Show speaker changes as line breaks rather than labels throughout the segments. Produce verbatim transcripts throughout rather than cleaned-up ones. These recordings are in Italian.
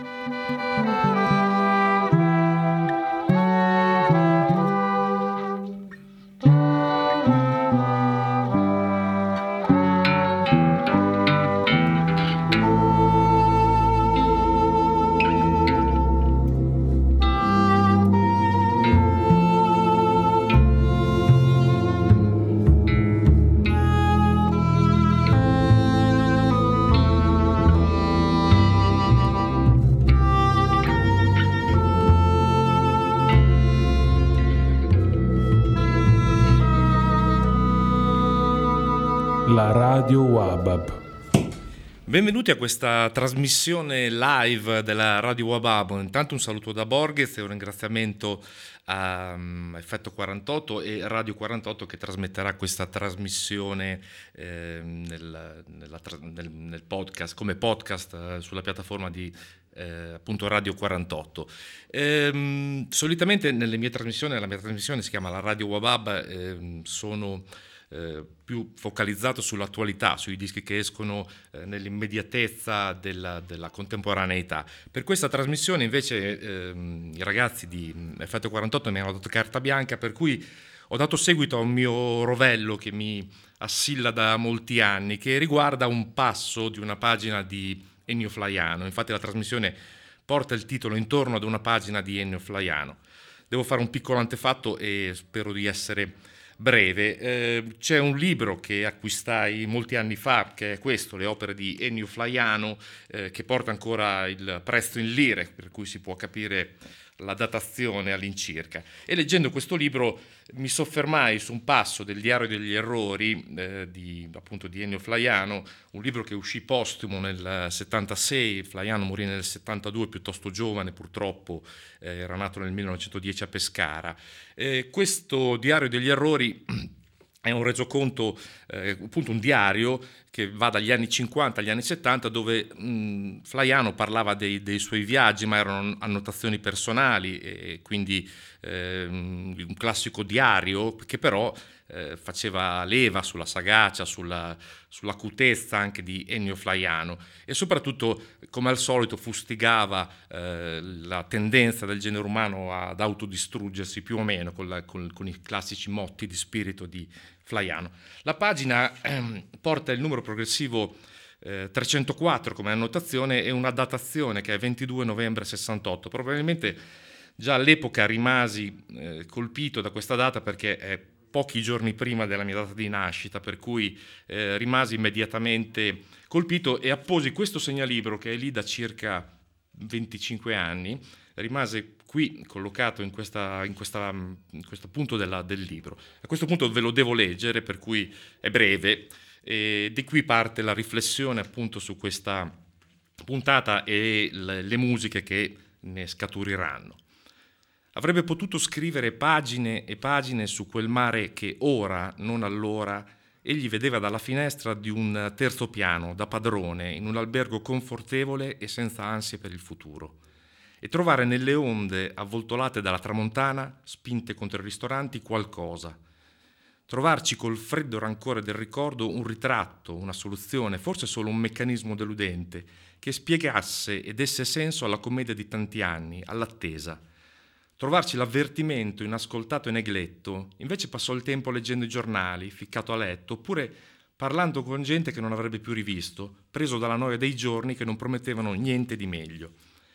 La Radio Wabab.
Benvenuti a questa trasmissione live della Radio Wabab. Intanto un saluto da Borges e un ringraziamento a um, Effetto quarantotto e Radio quarantotto che trasmetterà questa trasmissione eh, nel, nella, nel, nel podcast, come podcast eh, sulla piattaforma di eh, appunto Radio quarantotto. Ehm, solitamente nelle mie trasmissioni, la mia trasmissione si chiama la Radio Wabab, eh, sono Eh, più focalizzato sull'attualità, sui dischi che escono eh, nell'immediatezza della, della contemporaneità. Per questa trasmissione invece ehm, i ragazzi di Effetto quarantotto mi hanno dato carta bianca, per cui ho dato seguito a un mio rovello che mi assilla da molti anni, che riguarda un passo di una pagina di Ennio Flaiano. Infatti la trasmissione porta il titolo intorno ad una pagina di Ennio Flaiano. Devo fare un piccolo antefatto e spero di essere breve. Eh, c'è un libro che acquistai molti anni fa, che è questo, Le opere di Ennio Flaiano, eh, che porta ancora il prezzo in lire, per cui si può capire la datazione all'incirca. E leggendo questo libro mi soffermai su un passo del Diario degli errori eh, di, appunto, di Ennio Flaiano, un libro che uscì postumo nel settantasei. Flaiano morì nel settantadue, piuttosto giovane purtroppo, eh, era nato nel millenovecentodieci a Pescara. Eh, questo Diario degli errori è un resoconto, eh, appunto un diario che va dagli anni cinquanta agli anni settanta, dove mh, Flaiano parlava dei, dei suoi viaggi, ma erano annotazioni personali, e quindi eh, un classico diario che però eh, faceva leva sulla sagacia, sulla, sull'acutezza anche di Ennio Flaiano, e soprattutto, come al solito, fustigava eh, la tendenza del genere umano ad autodistruggersi, più o meno, con, la, con, con i classici motti di spirito di Flaiano. La pagina ehm, porta il numero progressivo eh, trecentoquattro come annotazione e una datazione che è ventidue novembre sessantotto. Probabilmente già all'epoca rimasi eh, colpito da questa data, perché è pochi giorni prima della mia data di nascita, per cui eh, rimasi immediatamente colpito e apposi questo segnalibro, che è lì da circa venticinque anni, rimase qui collocato in, questa, in, questa, in questo punto della, del libro. A questo punto ve lo devo leggere, per cui è breve, e di qui parte la riflessione appunto su questa puntata e le, le musiche che ne scaturiranno. Avrebbe potuto scrivere pagine e pagine su quel mare che ora, non allora, egli vedeva dalla finestra di un terzo piano, da padrone, in un albergo confortevole e senza ansie per il futuro, e trovare nelle onde avvoltolate dalla tramontana, spinte contro i ristoranti, qualcosa. Trovarci col freddo rancore del ricordo un ritratto, una soluzione, forse solo un meccanismo deludente, che spiegasse e desse senso alla commedia di tanti anni, all'attesa. Trovarci l'avvertimento inascoltato e negletto, invece passò il tempo leggendo i giornali, ficcato a letto, oppure parlando con gente che non avrebbe più rivisto, preso dalla noia dei giorni che non promettevano niente di meglio.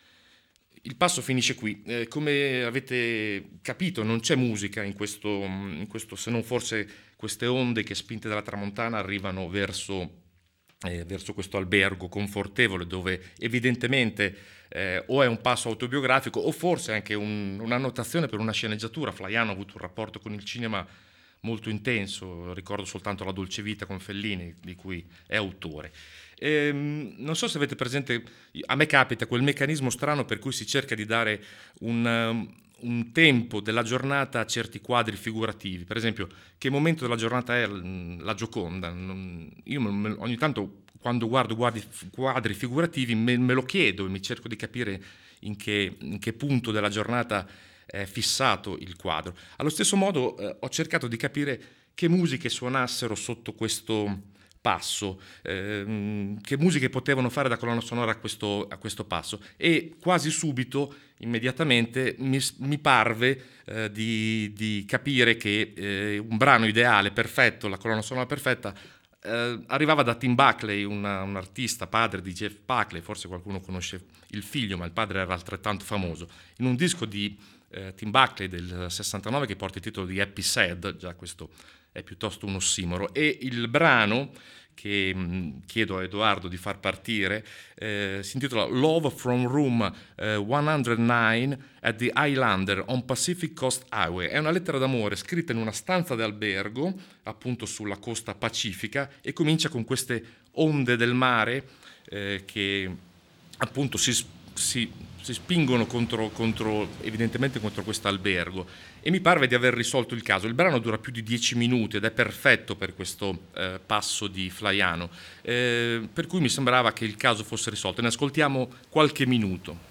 Il passo finisce qui. Eh, come avete capito, non c'è musica in questo, in questo, se non forse queste onde che, spinte dalla tramontana, arrivano verso, eh, verso questo albergo confortevole, dove evidentemente eh, o è un passo autobiografico o forse anche un, un'annotazione per una sceneggiatura. Flaiano ha avuto un rapporto con il cinema molto intenso, ricordo soltanto La dolce vita con Fellini, di cui è autore. Ehm, non so se avete presente, a me capita quel meccanismo strano per cui si cerca di dare un, um, un tempo della giornata a certi quadri figurativi. Per esempio, che momento della giornata è la Gioconda? Io me, ogni tanto, quando guardo guardi, quadri figurativi, me, me lo chiedo e mi cerco di capire in che, in che punto della giornata è fissato il quadro. Allo stesso modo eh, ho cercato di capire che musiche suonassero sotto questo passo, ehm, che musiche potevano fare da colonna sonora a questo, a questo passo, e quasi subito, immediatamente, mi, mi parve eh, di, di capire che eh, un brano ideale, perfetto, la colonna sonora perfetta, eh, arrivava da Tim Buckley, una, un artista, padre di Jeff Buckley. Forse qualcuno conosce il figlio, ma il padre era altrettanto famoso. In un disco di eh, Tim Buckley del sessantanove che porta il titolo di Happy Sad, già questo è piuttosto un ossimoro, e il brano che mh, chiedo a Edoardo di far partire eh, si intitola Love from Room eh, centonove at the Highlander on Pacific Coast Highway. È una lettera d'amore scritta in una stanza d'albergo, appunto sulla costa pacifica, e comincia con queste onde del mare eh, che appunto si, si, si spingono contro, contro, evidentemente contro questo albergo, e mi parve di aver risolto il caso. Il brano dura più di dieci minuti ed è perfetto per questo eh, passo di Flaiano, eh, per cui mi sembrava che il caso fosse risolto. Ne ascoltiamo qualche minuto.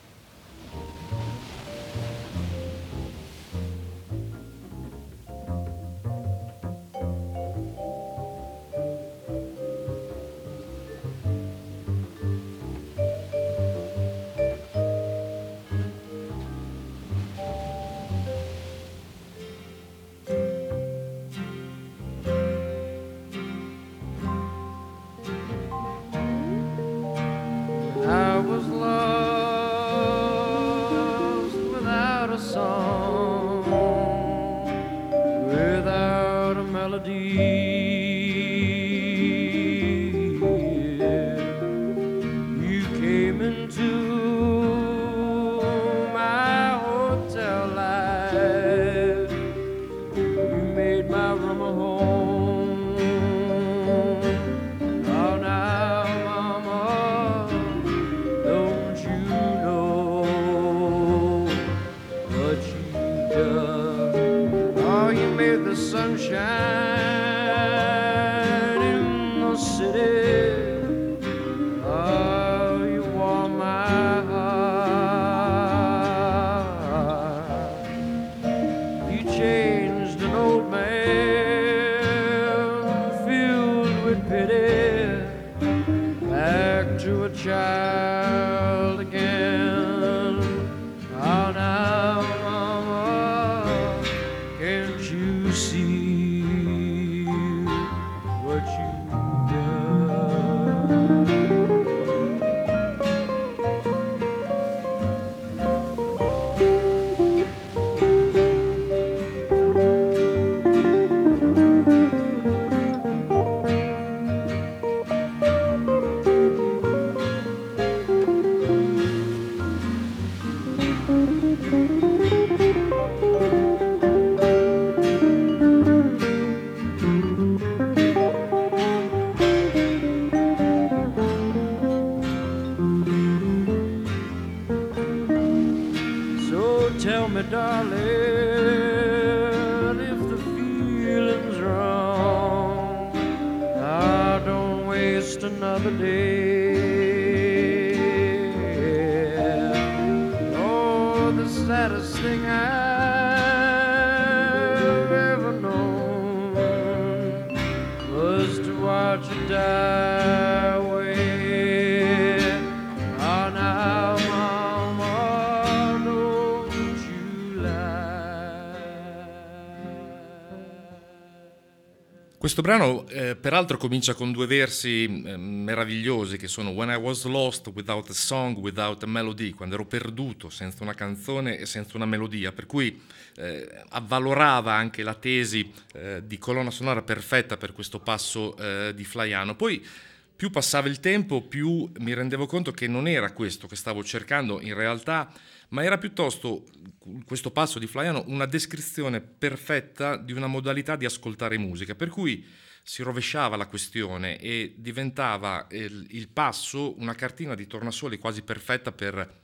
Questo brano eh, peraltro comincia con due versi eh, meravigliosi che sono When I was lost without a song, without a melody, quando ero perduto senza una canzone e senza una melodia, per cui eh, avvalorava anche la tesi eh, di colonna sonora perfetta per questo passo eh, di Flaiano. Poi più passava il tempo, più mi rendevo conto che non era questo che stavo cercando in realtà, ma era piuttosto, questo passo di Flaiano, una descrizione perfetta di una modalità di ascoltare musica, per cui si rovesciava la questione e diventava il, il passo una cartina di tornasoli quasi perfetta per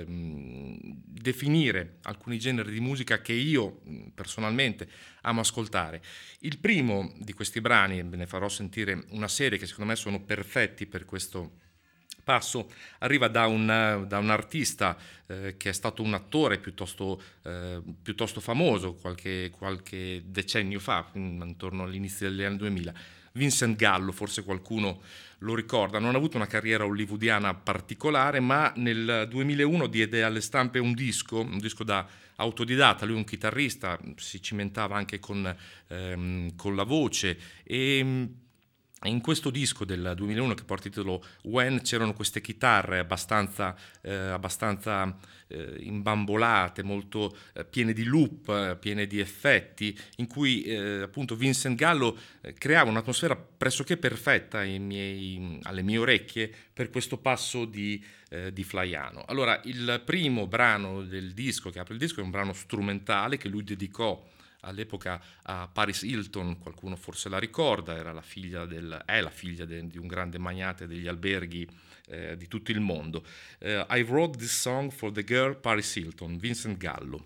ehm, definire alcuni generi di musica che io personalmente amo ascoltare. Il primo di questi brani, ve ne farò sentire una serie che secondo me sono perfetti per questo passo, arriva da un, da un artista eh, che è stato un attore piuttosto, eh, piuttosto famoso qualche, qualche decennio fa, intorno all'inizio degli anni duemila. Vincent Gallo, forse qualcuno lo ricorda. Non ha avuto una carriera hollywoodiana particolare, ma nel duemilauno diede alle stampe un disco, un disco da autodidatta. Lui è un chitarrista, si cimentava anche con, ehm, con la voce, e in questo disco del duemilauno, che porta il titolo When, c'erano queste chitarre abbastanza, eh, abbastanza eh, imbambolate, molto eh, piene di loop, eh, piene di effetti, in cui eh, appunto Vincent Gallo eh, creava un'atmosfera pressoché perfetta ai miei, alle mie orecchie per questo passo di, eh, di Flaiano. Allora, il primo brano del disco, che apre il disco, è un brano strumentale che lui dedicò all'epoca a Paris Hilton. Qualcuno forse la ricorda, era la figlia del, è la figlia de, di un grande magnate degli alberghi eh, di tutto il mondo. Uh, I wrote this song for the girl Paris Hilton, Vincent Gallo.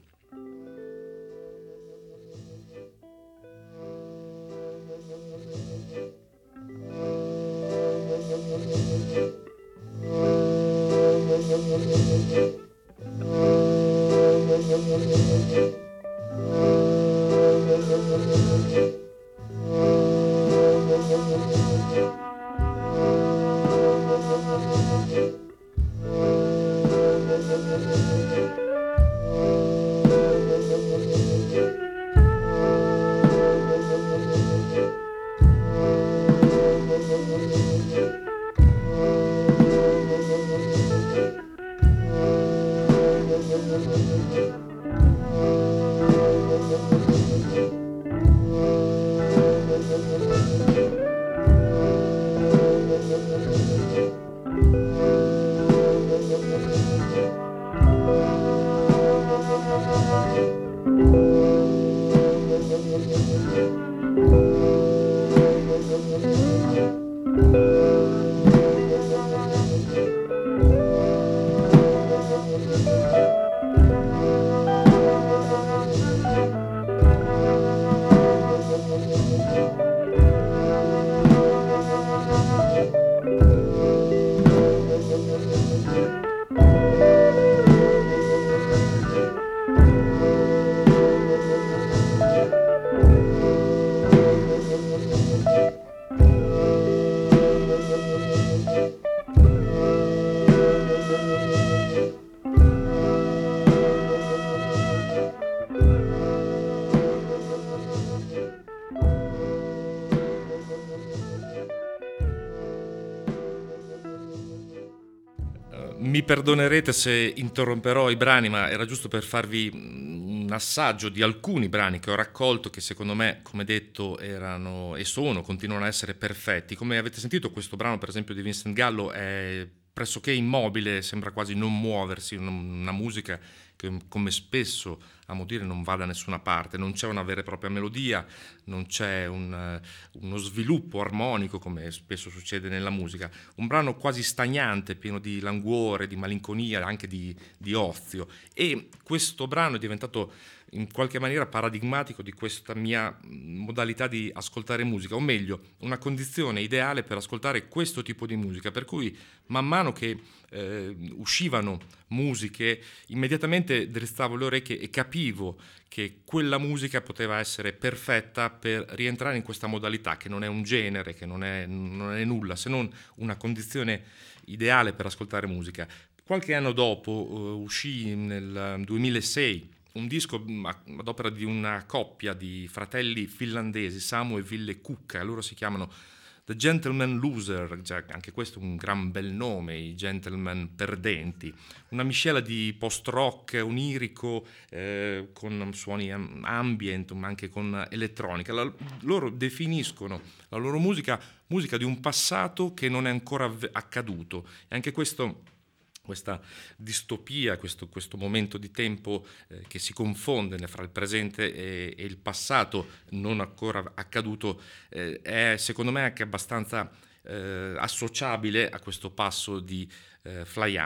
Mi perdonerete se interromperò i brani, ma era giusto per farvi un assaggio di alcuni brani che ho raccolto, che secondo me, come detto, erano e sono, continuano a essere perfetti. Come avete sentito, questo brano, per esempio, di Vincent Gallo è pressoché immobile, sembra quasi non muoversi, una musica che, come spesso amo dire, non va da nessuna parte, non c'è una vera e propria melodia, non c'è un, uno sviluppo armonico come spesso succede nella musica, un brano quasi stagnante, pieno di languore, di malinconia, anche di, di ozio, e questo brano è diventato in qualche maniera paradigmatico di questa mia modalità di ascoltare musica, o meglio, una condizione ideale per ascoltare questo tipo di musica, per cui man mano che eh, uscivano musiche, immediatamente drizzavo le orecchie e capivo che quella musica poteva essere perfetta per rientrare in questa modalità, che non è un genere, che non è, non è nulla se non una condizione ideale per ascoltare musica. Qualche anno dopo uh, uscì nel duemilasei un disco ad opera di una coppia di fratelli finlandesi, Samu e Ville Kukka. Loro si chiamano The Gentleman Loser, cioè anche questo è un gran bel nome, i gentleman perdenti, una miscela di post-rock onirico eh, con suoni ambient, ma anche con elettronica. La, loro definiscono la loro musica musica di un passato che non è ancora accaduto, e anche questo, questa distopia, questo, questo momento di tempo eh, che si confonde fra il presente e, e il passato non ancora accaduto, eh, è secondo me anche abbastanza eh, associabile a questo passo di eh, Flaiano.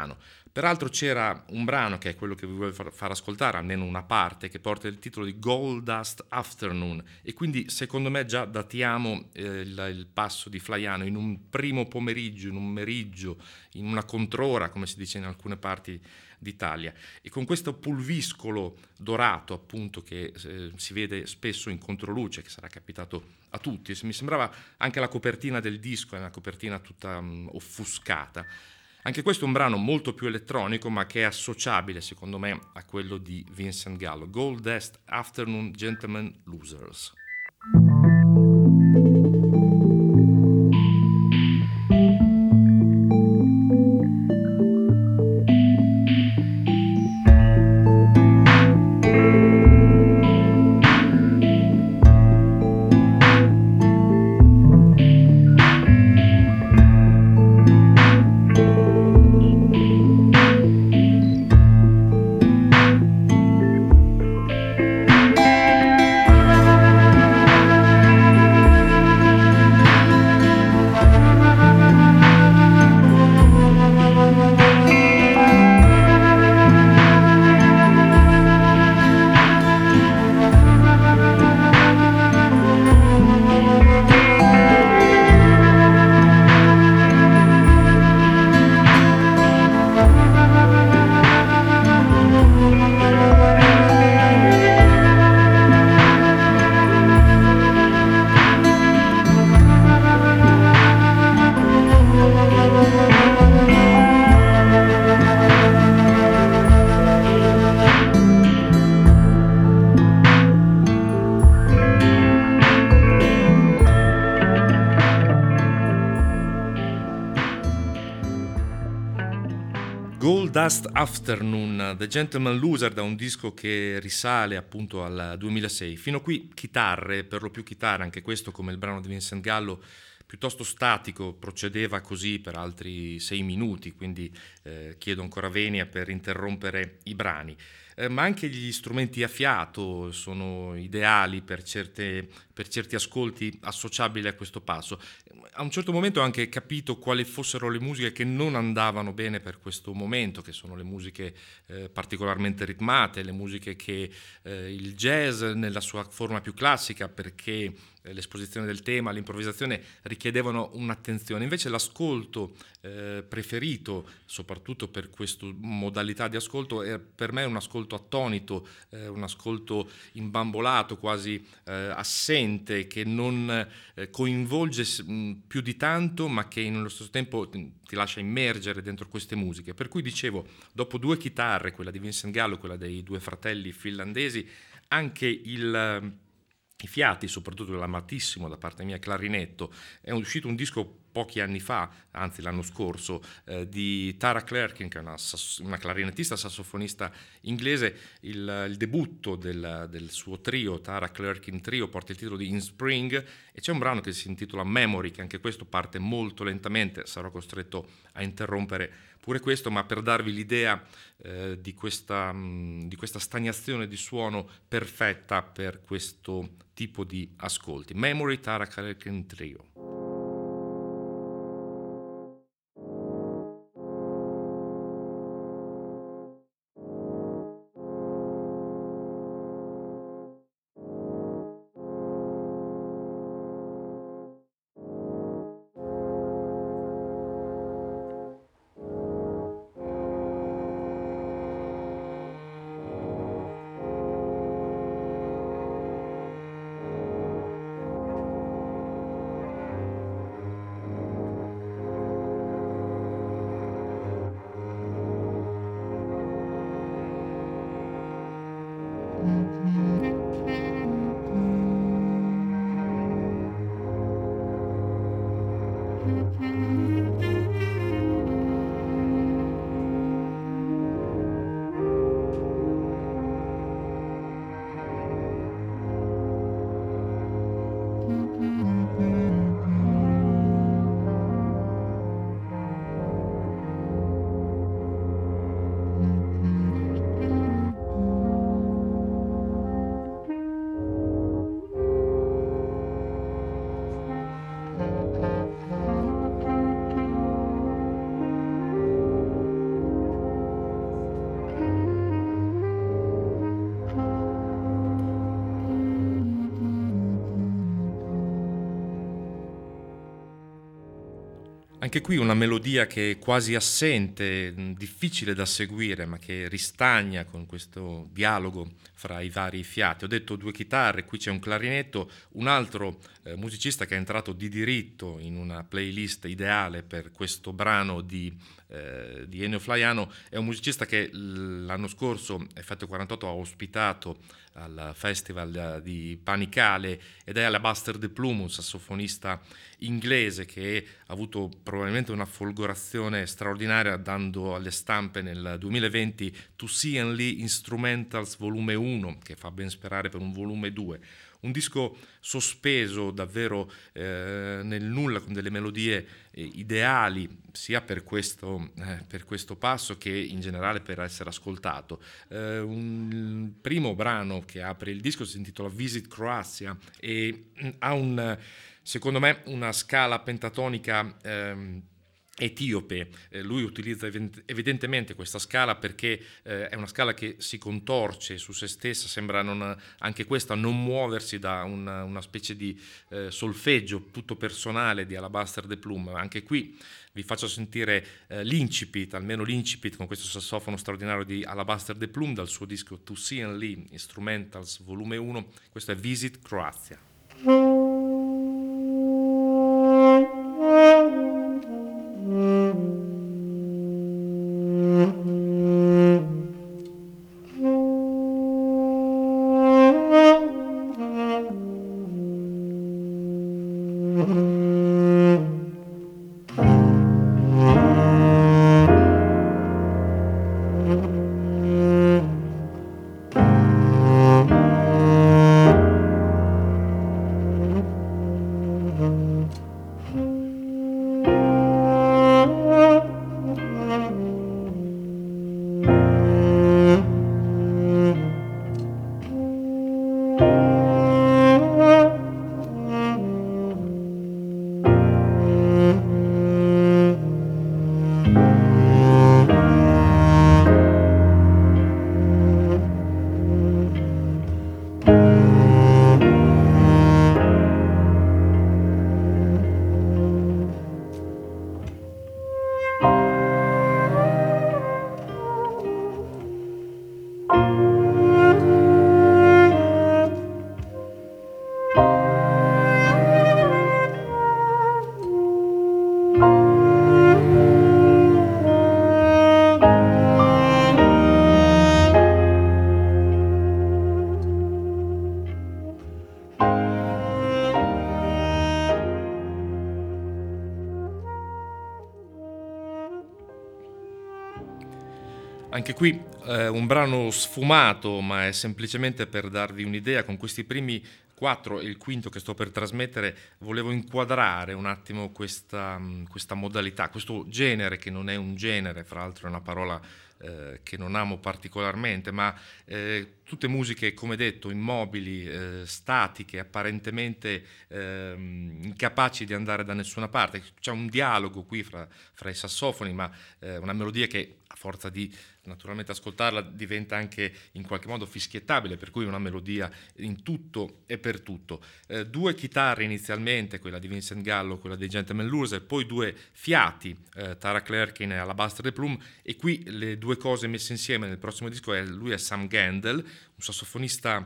Peraltro c'era un brano, che è quello che vi voglio far, far ascoltare, almeno una parte, che porta il titolo di Gold Dust Afternoon, e quindi secondo me già datiamo eh, il, il passo di Flaiano in un primo pomeriggio, in un meriggio, in una controra, come si dice in alcune parti d'Italia, e con questo pulviscolo dorato appunto che eh, si vede spesso in controluce, che sarà capitato a tutti. Mi sembrava anche la copertina del disco, è una copertina tutta um, offuscata. Anche questo è un brano molto più elettronico, ma che è associabile, secondo me, a quello di Vincent Gallo. Gold Dust Afternoon, Gentlemen Losers. Gold Dust Afternoon, The Gentleman Loser, da un disco che risale appunto al duemilasei. Fino a qui chitarre, per lo più chitarre, anche questo come il brano di Vincent Gallo, piuttosto statico, procedeva così per altri sei minuti, quindi eh, chiedo ancora venia per interrompere i brani. Eh, ma anche gli strumenti a fiato sono ideali per, certe, per certi ascolti associabili a questo passo. A un certo momento ho anche capito quali fossero le musiche che non andavano bene per questo momento, che sono le musiche eh, particolarmente ritmate, le musiche che eh, il jazz nella sua forma più classica, perché eh, l'esposizione del tema, l'improvvisazione richiedevano un'attenzione. Invece l'ascolto eh, preferito, soprattutto per questa modalità di ascolto, è per me un ascolto attonito, eh, un ascolto imbambolato, quasi eh, assente, che non eh, coinvolge mh, più di tanto, ma che nello stesso tempo ti lascia immergere dentro queste musiche. Per cui dicevo, dopo due chitarre, quella di Vincent Gallo e quella dei due fratelli finlandesi, anche il, i fiati, soprattutto l'amatissimo da parte mia clarinetto. È uscito un disco pochi anni fa, anzi l'anno scorso, eh, di Tara Clerkin, che è una, una clarinettista sassofonista inglese. Il, il debutto del, del suo trio, Tara Clerkin Trio, porta il titolo di In Spring, e c'è un brano che si intitola Memory, che anche questo parte molto lentamente. Sarò costretto a interrompere pure questo, ma per darvi l'idea eh, di, questa, mh, di questa stagnazione di suono perfetta per questo tipo di ascolti. Memory, Tara Clerkin Trio. Anche qui una melodia che è quasi assente, difficile da seguire, ma che ristagna con questo dialogo fra i vari fiati. Ho detto due chitarre, qui c'è un clarinetto, un altro eh, musicista che è entrato di diritto in una playlist ideale per questo brano di, eh, di Ennio Flaiano, è un musicista che l'anno scorso, Effetto quarantotto, ha ospitato al festival di Panicale ed è Alabaster de Plum, un sassofonista inglese che ha avuto probabilmente una folgorazione straordinaria dando alle stampe nel duemilaventi To See and Lee Instrumentals volume uno, che fa ben sperare per un volume due. Un disco sospeso davvero eh, nel nulla, con delle melodie eh, ideali sia per questo, eh, per questo passo che in generale per essere ascoltato. Eh, un, il primo brano che apre il disco si intitola Visit Croatia e mh, ha un, secondo me, una scala pentatonica ehm, etiope. Eh, lui utilizza evidentemente questa scala perché eh, è una scala che si contorce su se stessa, sembra non, anche questa non muoversi da una, una specie di eh, solfeggio tutto personale di Alabaster de Plum. Anche qui vi faccio sentire eh, l'incipit, almeno l'incipit con questo sassofono straordinario di Alabaster de Plum dal suo disco To See and Lee Instrumentals volume uno. Questo è Visit Croatia. Anche qui eh, un brano sfumato, ma è semplicemente per darvi un'idea. Con questi primi quattro e il quinto che sto per trasmettere volevo inquadrare un attimo questa, questa modalità, questo genere che non è un genere, fra l'altro è una parola eh, che non amo particolarmente, ma eh, tutte musiche, come detto, immobili, eh, statiche, apparentemente eh, incapaci di andare da nessuna parte. C'è un dialogo qui fra, fra i sassofoni, ma eh, una melodia che a forza di naturalmente ascoltarla diventa anche in qualche modo fischiettabile, per cui una melodia in tutto e per tutto. Eh, due chitarre inizialmente, quella di Vincent Gallo, quella dei Gentleman Loser, poi due fiati, eh, Tara Clerkin e Alabaster de Plum, e qui le due cose messe insieme nel prossimo disco è lui è Sam Gendel, un sassofonista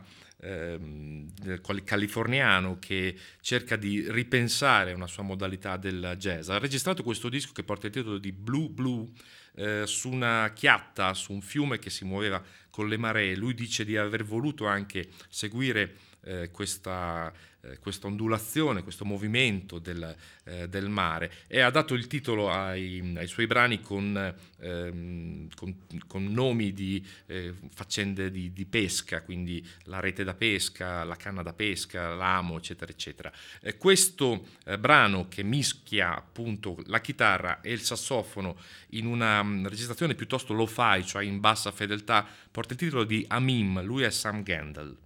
eh, californiano che cerca di ripensare una sua modalità del jazz. Ha registrato questo disco che porta il titolo di Blue Blue eh, su una chiatta, su un fiume che si muoveva con le maree. Lui dice di aver voluto anche seguire eh, questa, eh, questa ondulazione, questo movimento del, eh, del mare, e ha dato il titolo ai, ai suoi brani con, ehm, con, con nomi di eh, faccende di, di pesca, quindi la rete da pesca, la canna da pesca, l'amo, eccetera, eccetera. Eh, questo eh, brano che mischia appunto la chitarra e il sassofono in una um, registrazione piuttosto lo-fi, cioè in bassa fedeltà, porta il titolo di Amim, lui è Sam Gendel.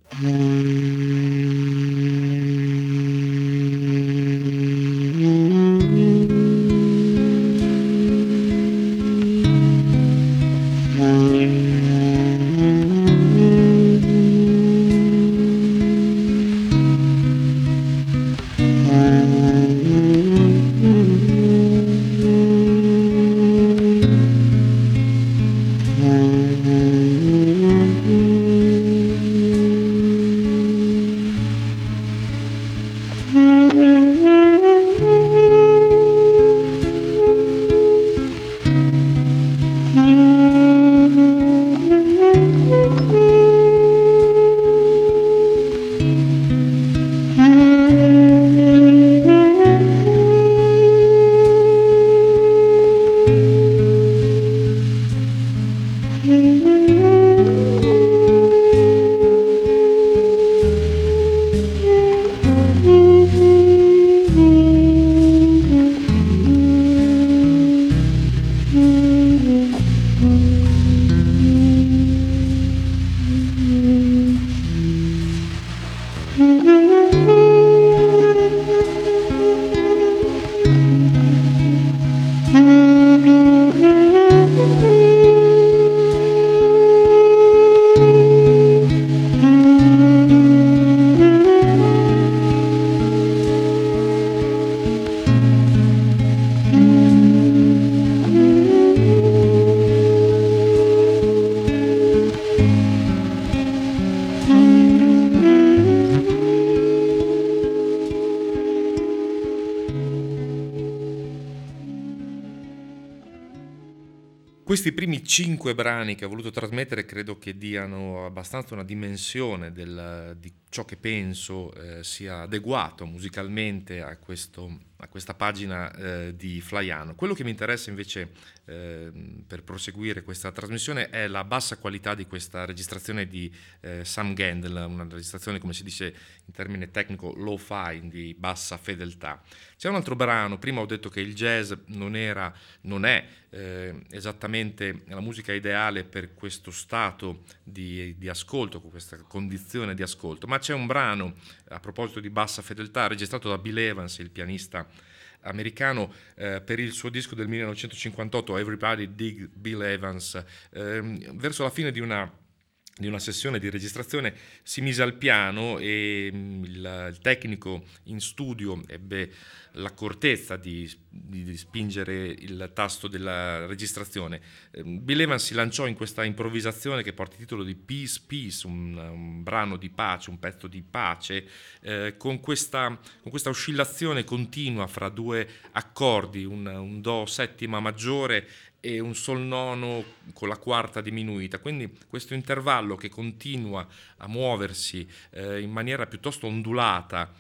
Questi primi cinque brani che ho voluto trasmettere credo che diano abbastanza una dimensione del, di ciò che penso eh, sia adeguato musicalmente a, questo, a questa pagina eh, di Flaiano. Quello che mi interessa invece eh, per proseguire questa trasmissione è la bassa qualità di questa registrazione di eh, Sam Gendel, una registrazione, come si dice in termine tecnico, lo-fi, di bassa fedeltà. C'è un altro brano, prima ho detto che il jazz non era, non è eh, esattamente la musica ideale per questo stato di, di ascolto, con questa condizione di ascolto, ma c'è un brano, a proposito di bassa fedeltà, registrato da Bill Evans, il pianista americano, eh, per il suo disco del millenovecentocinquantotto, Everybody Dig Bill Evans, eh, verso la fine di una di una sessione di registrazione si mise al piano e il, il tecnico in studio ebbe l'accortezza di, di, di spingere il tasto della registrazione. Bill Evans si lanciò in questa improvvisazione che porta il titolo di Peace Peace, un, un brano di pace, un pezzo di pace, eh, con, questa, con questa oscillazione continua fra due accordi, un, un do settima maggiore e un sol nono con la quarta diminuita, quindi questo intervallo che continua a muoversi eh, in maniera piuttosto ondulata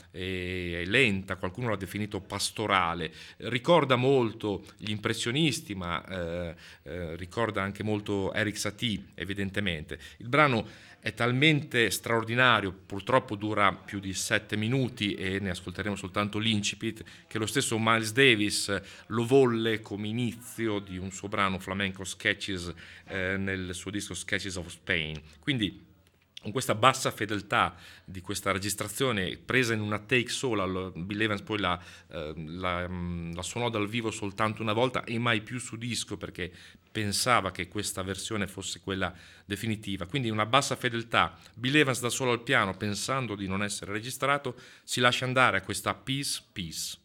e lenta, qualcuno l'ha definito pastorale, ricorda molto gli impressionisti, ma eh, eh, ricorda anche molto Erik Satie, evidentemente. Il brano è talmente straordinario, purtroppo dura più di sette minuti e ne ascolteremo soltanto l'incipit, che lo stesso Miles Davis lo volle come inizio di un suo brano flamenco Sketches eh, nel suo disco Sketches of Spain. Quindi con questa bassa fedeltà di questa registrazione presa in una take sola, Bill Evans poi la, eh, la, la suonò dal vivo soltanto una volta e mai più su disco, perché pensava che questa versione fosse quella definitiva. Quindi una bassa fedeltà, Bill Evans da solo al piano, pensando di non essere registrato, si lascia andare a questa Peace Peace.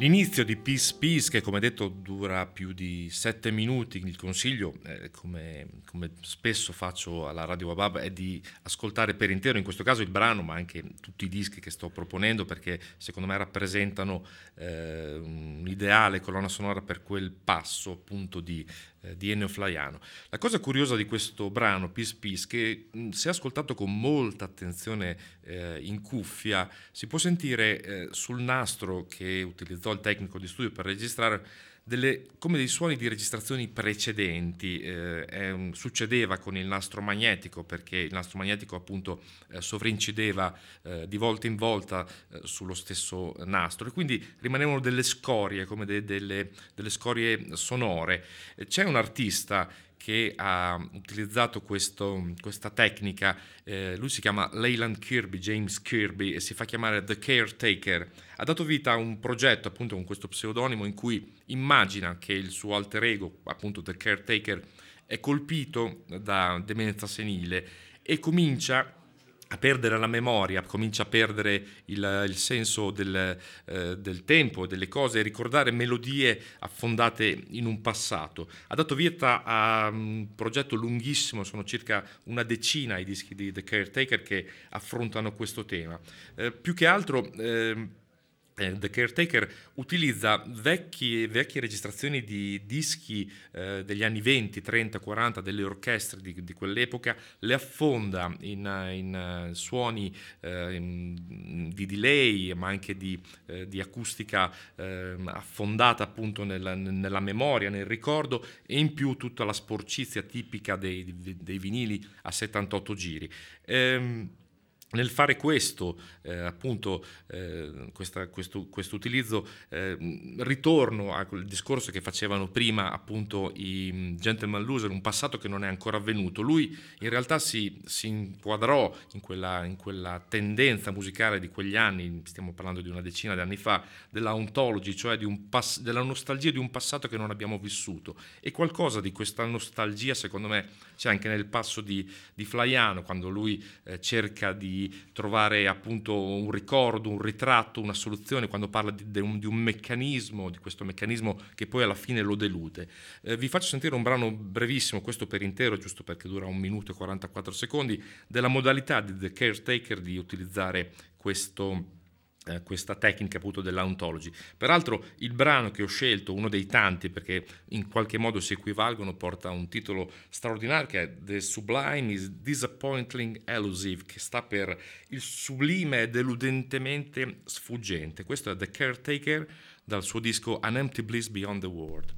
L'inizio di Peace Peace, che come detto dura più di sette minuti, il consiglio, eh, come, come spesso faccio alla Radio Wabab, è di ascoltare per intero, in questo caso il brano, ma anche tutti i dischi che sto proponendo, perché secondo me rappresentano eh, un'ideale colonna sonora per quel passo appunto di, eh, di Ennio Flaiano. La cosa curiosa di questo brano, Peace Peace, che mh, se ascoltato con molta attenzione eh, in cuffia, si può sentire eh, sul nastro che utilizzò il tecnico di studio per registrare delle, come dei suoni di registrazioni precedenti. Eh, eh, succedeva con il nastro magnetico, perché il nastro magnetico appunto eh, sovrincideva eh, di volta in volta eh, sullo stesso nastro, e quindi rimanevano delle scorie, come de, delle, delle scorie sonore. Eh, c'è un artista che ha utilizzato questo, questa tecnica, eh, lui si chiama Leyland Kirby, James Kirby, e si fa chiamare The Caretaker. Ha dato vita a un progetto appunto con questo pseudonimo in cui immagina che il suo alter ego, appunto The Caretaker, è colpito da demenza senile e comincia a perdere la memoria, comincia a perdere il, il senso del, eh, del tempo, delle cose, e ricordare melodie affondate in un passato. Ha dato vita a un progetto lunghissimo, sono circa una decina i dischi di The Caretaker che affrontano questo tema. Eh, più che altro eh, The Caretaker utilizza vecchie, vecchie registrazioni di dischi eh, degli anni venti, trenta, quaranta delle orchestre di, di quell'epoca, le affonda in, in uh, suoni eh, in, di delay, ma anche di, eh, di acustica eh, affondata appunto nella, nella memoria, nel ricordo, e in più tutta la sporcizia tipica dei, dei, dei vinili a settantotto giri. Ehm, Nel fare questo, eh, appunto, eh, questa, questo, questo utilizzo, eh, ritorno al discorso che facevano prima appunto i Gentleman Loser, un passato che non è ancora avvenuto. Lui in realtà si, si inquadrò in quella, in quella tendenza musicale di quegli anni, stiamo parlando di una decina di anni fa, della ontology, cioè di un pass- della nostalgia di un passato che non abbiamo vissuto. E qualcosa di questa nostalgia, secondo me, c'è anche nel passo di, di Flaiano, quando lui eh, cerca di trovare appunto un ricordo, un ritratto, una soluzione, quando parla di, di, un, di un meccanismo, di questo meccanismo che poi alla fine lo delude. Eh, vi faccio sentire un brano brevissimo, questo per intero, giusto perché dura un minuto e quarantaquattro secondi, della modalità di The Caretaker di utilizzare questo Eh, questa tecnica appunto dell'ontology. Peraltro il brano che ho scelto, uno dei tanti perché in qualche modo si equivalgono, porta un titolo straordinario che è The Sublime is Disappointingly Elusive, che sta per il sublime e deludentemente sfuggente. Questo è The Caretaker dal suo disco An Empty Bliss Beyond the World.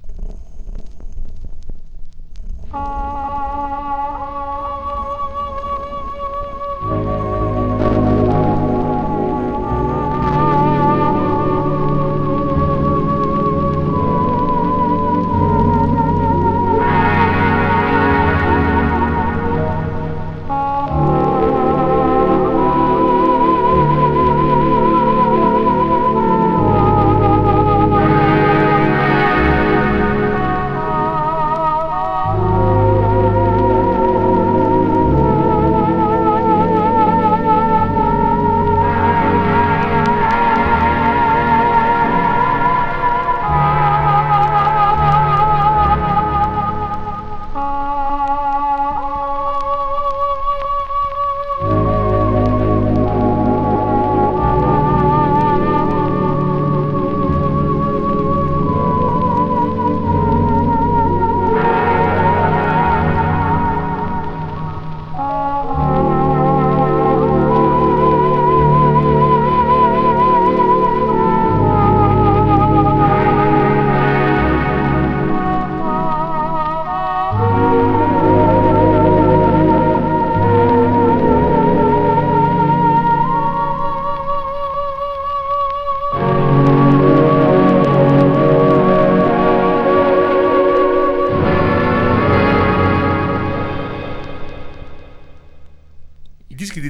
Oh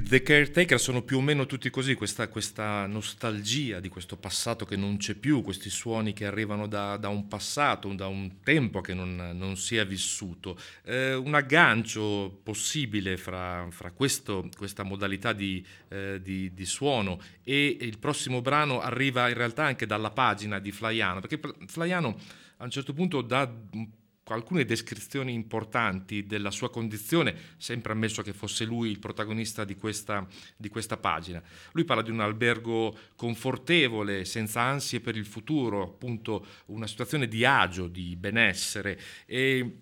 The Caretaker sono più o meno tutti così, questa, questa nostalgia di questo passato che non c'è più, questi suoni che arrivano da, da un passato, da un tempo che non, non si è vissuto. Eh, un aggancio possibile fra, fra questo, questa modalità di, eh, di, di suono e il prossimo brano arriva in realtà anche dalla pagina di Flaiano, perché Flaiano a un certo punto dà alcune descrizioni importanti della sua condizione, sempre ammesso che fosse lui il protagonista di questa, di questa pagina. Lui parla di un albergo confortevole, senza ansie per il futuro, appunto una situazione di agio, di benessere, e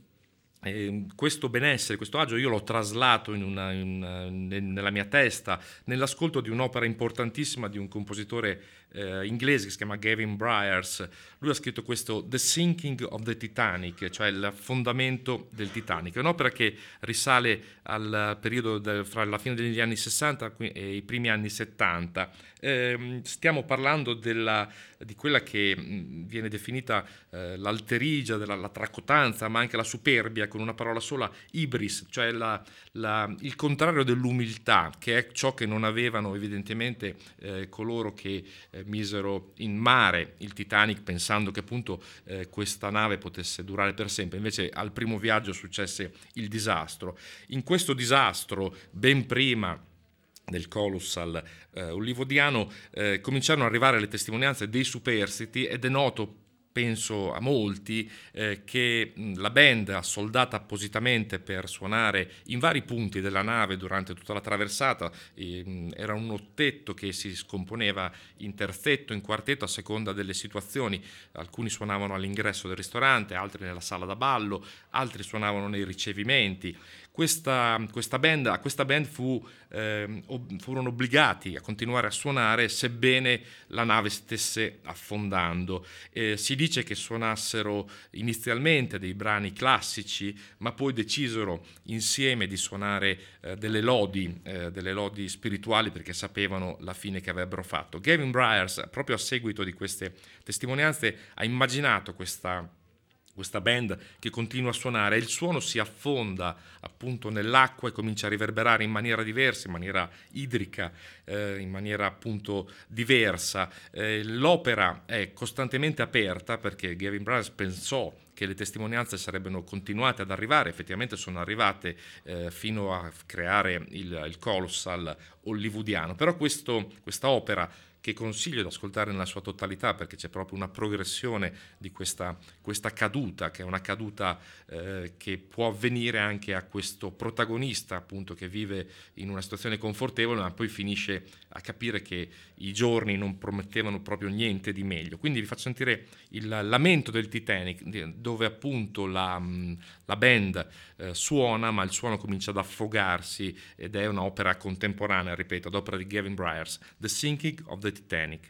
E questo benessere, questo agio io l'ho traslato in una, in una, nella mia testa nell'ascolto di un'opera importantissima di un compositore eh, inglese che si chiama Gavin Bryars. Lui ha scritto questo The Sinking of the Titanic, cioè l'affondamento del Titanic. È un'opera che risale al periodo de, fra la fine degli anni sessanta e i primi anni settanta. Eh, stiamo parlando della, di quella che viene definita eh, l'alterigia, della, la tracotanza, ma anche la superbia, con una parola sola, ibris, cioè la, la, il contrario dell'umiltà, che è ciò che non avevano evidentemente eh, coloro che eh, misero in mare il Titanic pensando che appunto eh, questa nave potesse durare per sempre. Invece al primo viaggio successe il disastro. In questo disastro, ben prima del Colossal eh, Olivodiano, eh, cominciarono ad arrivare le testimonianze dei superstiti ed è noto, penso a molti, eh, che la band assoldata appositamente per suonare in vari punti della nave durante tutta la traversata, eh, era un ottetto che si scomponeva in terzetto, in quartetto a seconda delle situazioni. Alcuni suonavano all'ingresso del ristorante, altri nella sala da ballo, altri suonavano nei ricevimenti. Questa, questa band, a questa band fu, eh, furono obbligati a continuare a suonare sebbene la nave stesse affondando. Eh, si dice che suonassero inizialmente dei brani classici, ma poi decisero insieme di suonare eh, delle lodi, eh, delle lodi spirituali, perché sapevano la fine che avrebbero fatto. Gavin Bryars, proprio a seguito di queste testimonianze, ha immaginato questa questa band che continua a suonare e il suono si affonda appunto nell'acqua e comincia a riverberare in maniera diversa, in maniera idrica, eh, in maniera appunto diversa. Eh, l'opera è costantemente aperta perché Gavin Bryars pensò che le testimonianze sarebbero continuate ad arrivare, effettivamente sono arrivate eh, fino a creare il, il Colossal hollywoodiano, però questo, questa opera, che consiglio di ascoltare nella sua totalità perché c'è proprio una progressione di questa, questa caduta, che è una caduta eh, che può avvenire anche a questo protagonista appunto che vive in una situazione confortevole ma poi finisce a capire che i giorni non promettevano proprio niente di meglio. Quindi vi faccio sentire il lamento del Titanic, dove appunto la, la band eh, suona ma il suono comincia ad affogarsi ed è un'opera contemporanea, ripeto, ad opera di Gavin Bryars, The Sinking of the Titanic.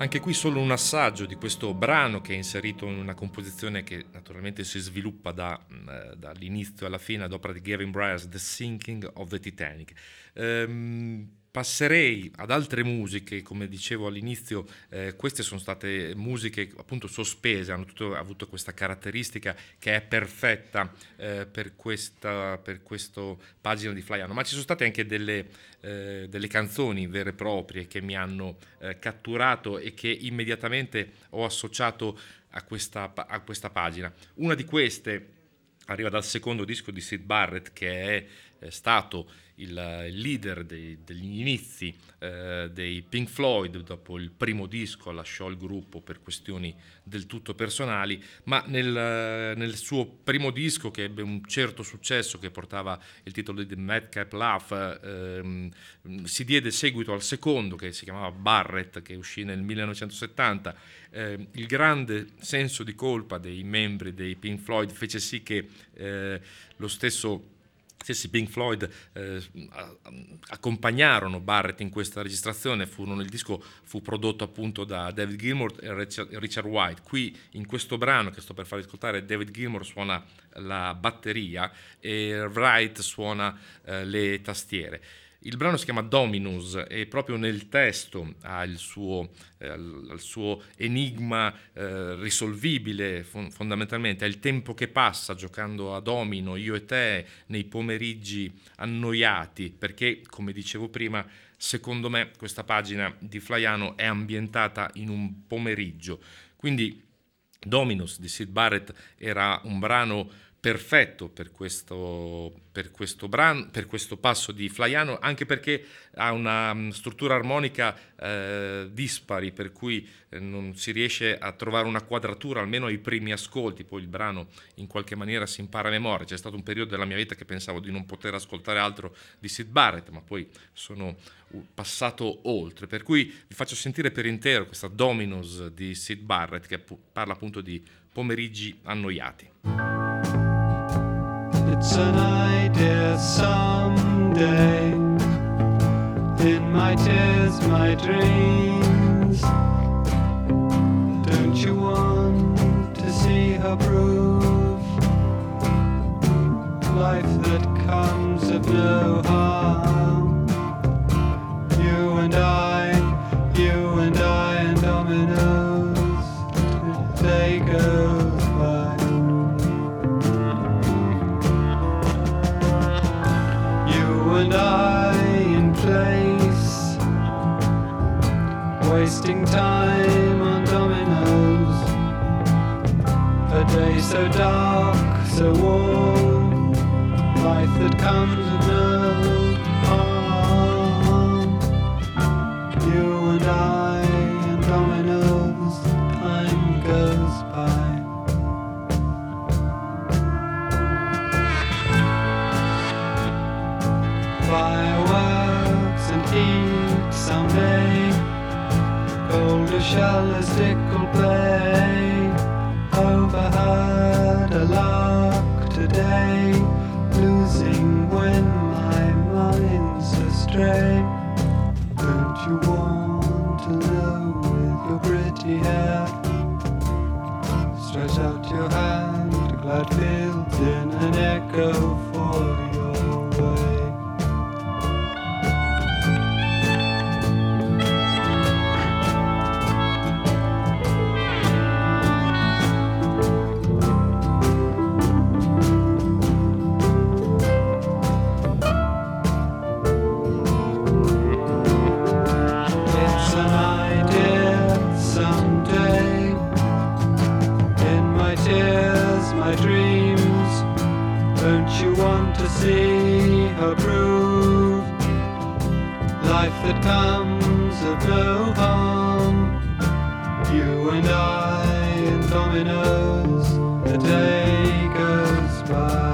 Anche qui solo un assaggio di questo brano che è inserito in una composizione che naturalmente si sviluppa da, eh, dall'inizio alla fine ad opera di Gavin Bryars, The Sinking of the Titanic. Ehm, Passerei ad altre musiche, come dicevo all'inizio, eh, queste sono state musiche appunto sospese, hanno tutto, avuto questa caratteristica che è perfetta eh, per questa per questo pagina di Flaiano, ma ci sono state anche delle, eh, delle canzoni vere e proprie che mi hanno eh, catturato e che immediatamente ho associato a questa, a questa pagina. Una di queste arriva dal secondo disco di Syd Barrett, che è, è stato il, il leader dei, degli inizi eh, dei Pink Floyd. Dopo il primo disco lasciò il gruppo per questioni del tutto personali, ma nel, nel suo primo disco, che ebbe un certo successo, che portava il titolo di Madcap Love, ehm, si diede seguito al secondo, che si chiamava Barrett, che uscì nel millenovecentosettanta. Eh, il grande senso di colpa dei membri dei Pink Floyd fece sì che eh, lo stesso stessi Pink Floyd eh, accompagnarono Barrett in questa registrazione. Furono, il disco fu prodotto appunto da David Gilmour e Richard, Richard White. Qui in questo brano che sto per farvi ascoltare, David Gilmour suona la batteria e Wright suona eh, le tastiere. Il brano si chiama Dominus e proprio nel testo ha il suo, eh, il suo enigma eh, risolvibile fon- fondamentalmente. È il tempo che passa giocando a domino, io e te, nei pomeriggi annoiati, perché, come dicevo prima, secondo me questa pagina di Flaiano è ambientata in un pomeriggio. Quindi Dominus di Syd Barrett era un brano perfetto per questo, per questo brano, per questo passo di Flaiano, anche perché ha una struttura armonica eh, dispari, per cui eh, non si riesce a trovare una quadratura, almeno ai primi ascolti. Poi il brano in qualche maniera si impara a memoria. C'è stato un periodo della mia vita che pensavo di non poter ascoltare altro di Syd Barrett, ma poi sono passato oltre, per cui vi faccio sentire per intero questa Dominus di Syd Barrett, che parla appunto di pomeriggi annoiati.
It's an idea someday, in my tears, my dreams. Don't you want to see her prove life that comes of no harm? You and I, you and I and dominoes, the day goes by. And I in place, wasting time on dominoes. A day so dark, so warm, life that comes with no harm. You and I and dominoes, time goes by. Fireworks and heat someday, colder shell a stickle play. Overheard a lark today, losing when my mind's astray. Don't you want to know with your pretty hair? Stretch out your hand, glad fields in an echo for your way. See her prove life that comes of no harm. You and I in dominoes, the day goes by.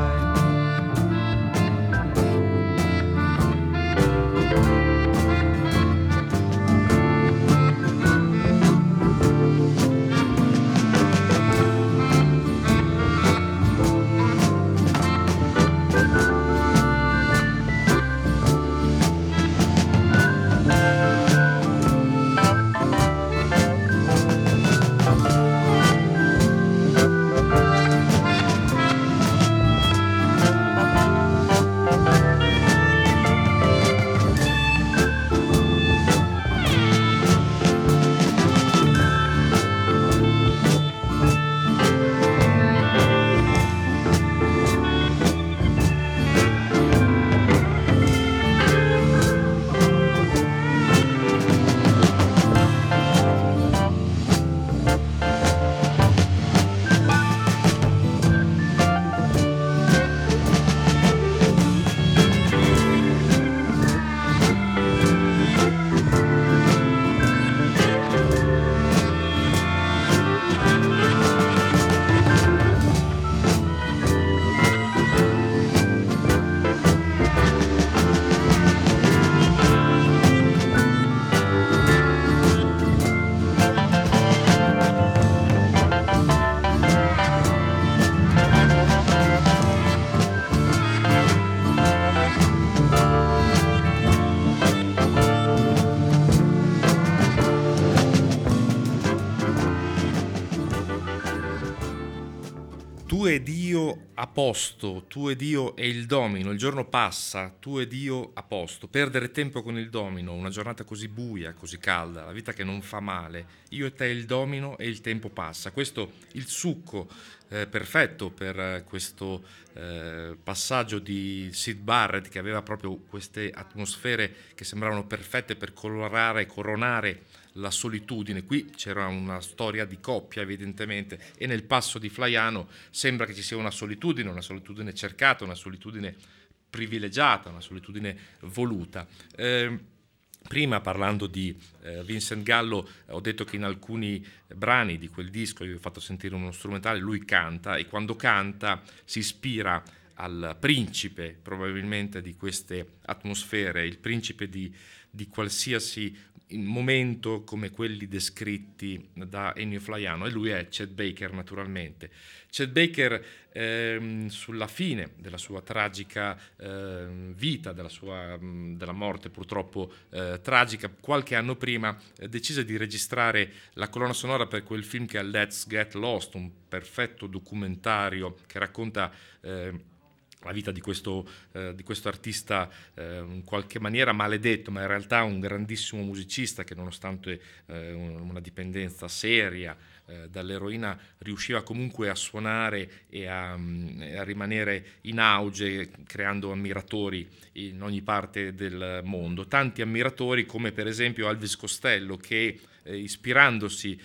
Dio a posto, tu ed io e il domino, il giorno passa, tu ed io a posto, perdere tempo con il domino, una giornata così buia, così calda, la vita che non fa male, io e te il domino e il tempo passa. Questo il succo eh, perfetto per eh, questo eh, passaggio di Syd Barrett, che aveva proprio queste atmosfere che sembravano perfette per colorare e coronare la solitudine. Qui c'era una storia di coppia evidentemente, e nel passo di Flaiano sembra che ci sia una solitudine, una solitudine cercata, una solitudine privilegiata, una solitudine voluta. Eh, prima, parlando di eh, Vincent Gallo, ho detto che in alcuni brani di quel disco, io vi ho fatto sentire uno strumentale, lui canta, e quando canta si ispira al principe probabilmente di queste atmosfere, il principe di, di qualsiasi momento come quelli descritti da Ennio Flaiano, e lui è Chet Baker naturalmente. Chet Baker ehm, sulla fine della sua tragica eh, vita, della sua mh, della morte purtroppo eh, tragica, qualche anno prima eh, decise di registrare la colonna sonora per quel film che è Let's Get Lost, un perfetto documentario che racconta eh, la vita di questo, eh, di questo artista eh, in qualche maniera maledetto, ma in realtà un grandissimo musicista che, nonostante eh, una dipendenza seria eh, dall'eroina, riusciva comunque a suonare e a, e a rimanere in auge, creando ammiratori in ogni parte del mondo. Tanti ammiratori come per esempio Elvis Costello, che eh, ispirandosi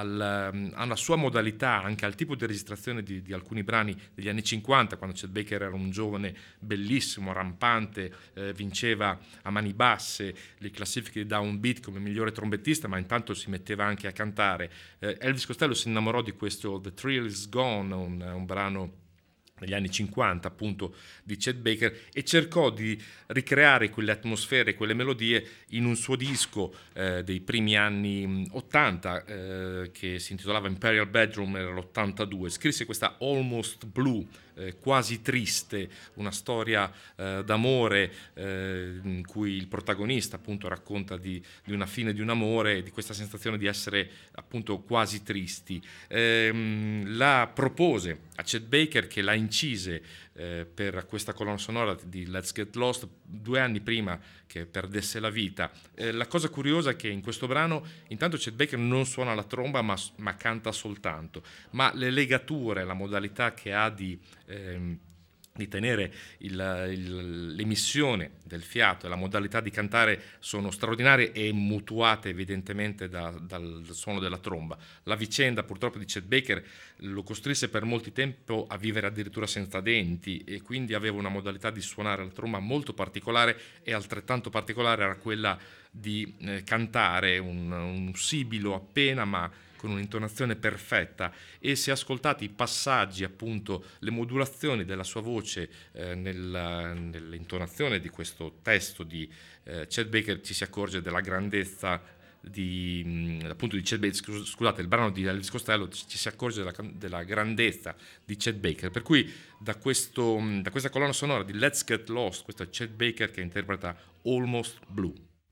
al, alla sua modalità, anche al tipo di registrazione di, di alcuni brani degli anni cinquanta, quando Chet Baker era un giovane bellissimo, rampante, eh, vinceva a mani basse le classifiche di Downbeat come migliore trombettista, ma intanto si metteva anche a cantare. eh, Elvis Costello si innamorò di questo The Thrill Is Gone, un, un brano negli anni cinquanta appunto di Chet Baker, e cercò di ricreare quelle atmosfere, quelle melodie in un suo disco eh, dei primi anni ottanta eh, che si intitolava Imperial Bedroom, era l'ottantadue. Scrisse questa Almost Blue, eh, quasi triste, una storia eh, d'amore eh, in cui il protagonista appunto racconta di, di una fine di un amore, di questa sensazione di essere appunto quasi tristi. Eh, la propose a Chet Baker, che la incise eh, per questa colonna sonora di Let's Get Lost due anni prima che perdesse la vita. Eh, la cosa curiosa è che in questo brano intanto Chet Baker non suona la tromba, ma, ma canta soltanto, ma le legature, la modalità che ha di ehm, di tenere il, il, l'emissione del fiato e la modalità di cantare sono straordinarie e mutuate evidentemente da, dal suono della tromba. La vicenda purtroppo di Chet Baker lo costrinse per molto tempo a vivere addirittura senza denti, e quindi aveva una modalità di suonare la tromba molto particolare, e altrettanto particolare era quella di eh, cantare un, un sibilo appena, ma con un'intonazione perfetta. E se ascoltate i passaggi, appunto le modulazioni della sua voce eh, nella, nell'intonazione di questo testo di eh, Chet Baker, ci si accorge della grandezza di mh, appunto di Chet Baker, scusate, il brano di Elvis Costello, ci si accorge della, della grandezza di Chet Baker, per cui da, questo, da questa colonna sonora di Let's Get Lost, questo è Chet Baker che interpreta Almost Blue.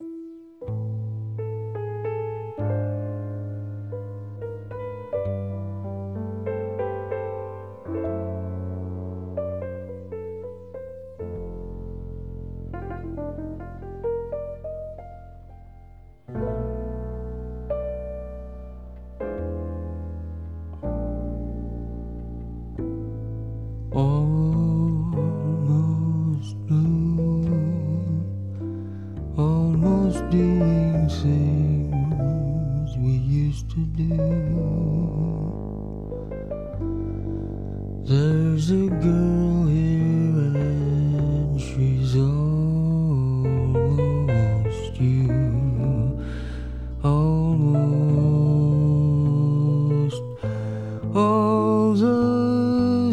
Almost blue, almost doing things we used to do. There's a girl here and she's almost you, almost all the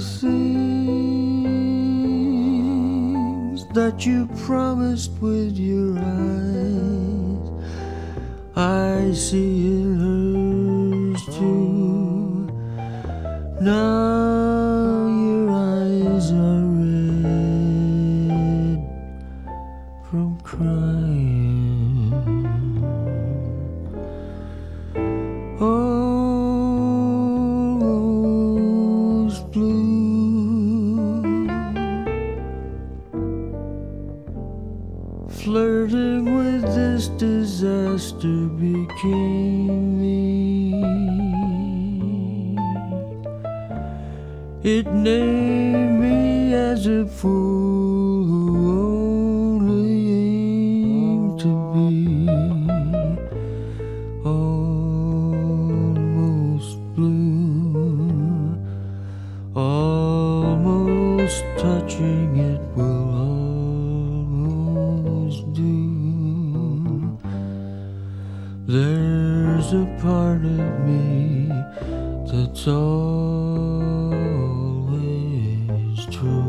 things that you promised with your eyes, I see in hers too. Now your eyes are red from crying. Almost blue, with this disaster became me. It named me as a fool who only aimed to be almost blue, almost touching it will almost do. There's a part of me that's always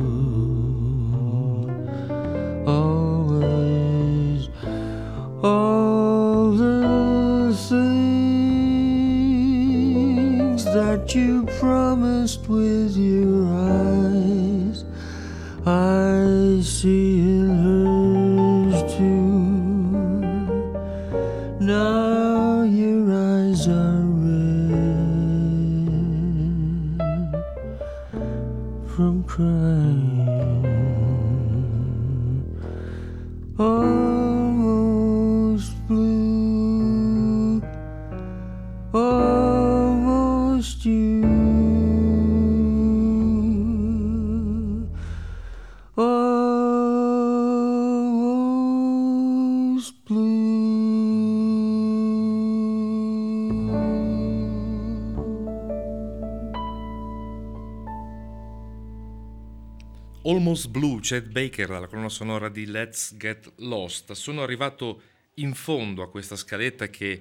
true, always, all the things that you promised with your eyes, I see in hers too. Now your eyes are red from crying, almost blue, almost you, almost blue.
Almost Blue, Chet Baker, dalla colonna sonora di Let's Get Lost. Sono arrivato in fondo a questa scaletta che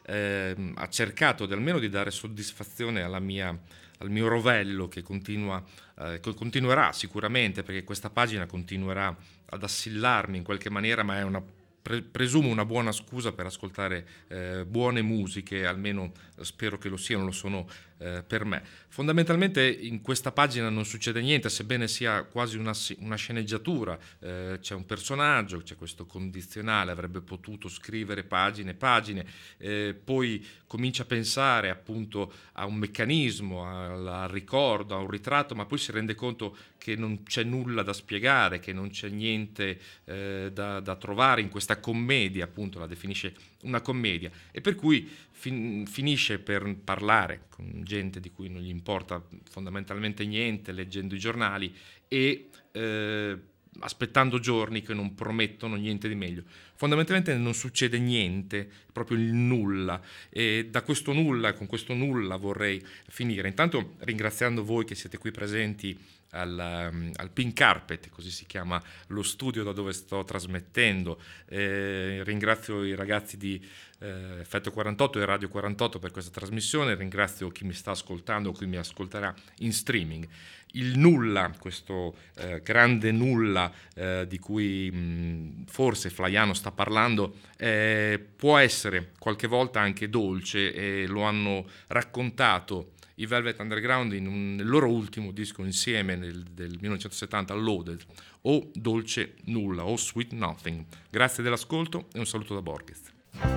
eh, ha cercato di, almeno di dare soddisfazione alla mia, al mio rovello che continua, eh, che continuerà sicuramente, perché questa pagina continuerà ad assillarmi in qualche maniera, ma è una pre- presumo una buona scusa per ascoltare eh, buone musiche, almeno spero che lo siano, lo sono eh, per me. Fondamentalmente in questa pagina non succede niente, sebbene sia quasi una, una sceneggiatura, eh, c'è un personaggio, c'è questo condizionale, avrebbe potuto scrivere pagine e pagine, eh, poi comincia a pensare appunto a un meccanismo, al, al ricordo, a un ritratto, ma poi si rende conto che non c'è nulla da spiegare, che non c'è niente eh, da, da trovare in questa commedia, appunto la definisce una commedia, e per cui fin, finisce per parlare con gente di cui non gli importa fondamentalmente niente, leggendo i giornali e eh, aspettando giorni che non promettono niente di meglio. Fondamentalmente non succede niente, proprio il nulla, e da questo nulla, con questo nulla vorrei finire. Intanto ringraziando voi che siete qui presenti al, al Pink Carpet, così si chiama lo studio da dove sto trasmettendo. Eh, ringrazio i ragazzi di eh, Effetto quarantotto e Radio quarantotto per questa trasmissione, ringrazio chi mi sta ascoltando o chi mi ascolterà in streaming. Il nulla, questo eh, grande nulla eh, di cui mh, forse Flaiano sta parlando, eh, può essere qualche volta anche dolce, e lo hanno raccontato i Velvet Underground in un, nel loro ultimo disco insieme nel, del millenovecentosettanta, Loaded, o Dolce Nulla, o Sweet Nothing. Grazie dell'ascolto e un saluto da Borges.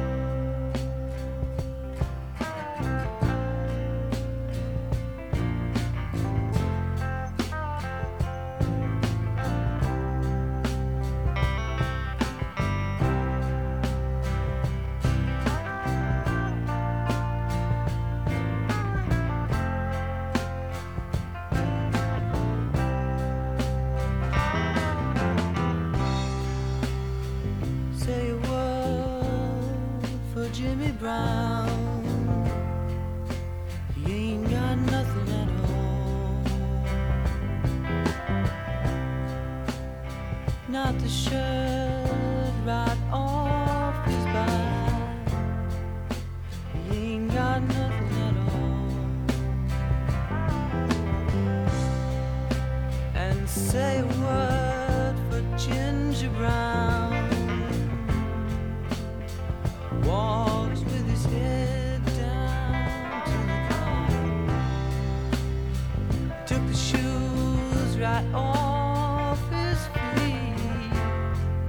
Not the shirt right off his back. He ain't got nothing at all. And say a word for Ginger Brown. Walks with his head down to the ground. Took the shoes right off his feet.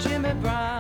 Jimmy Brown.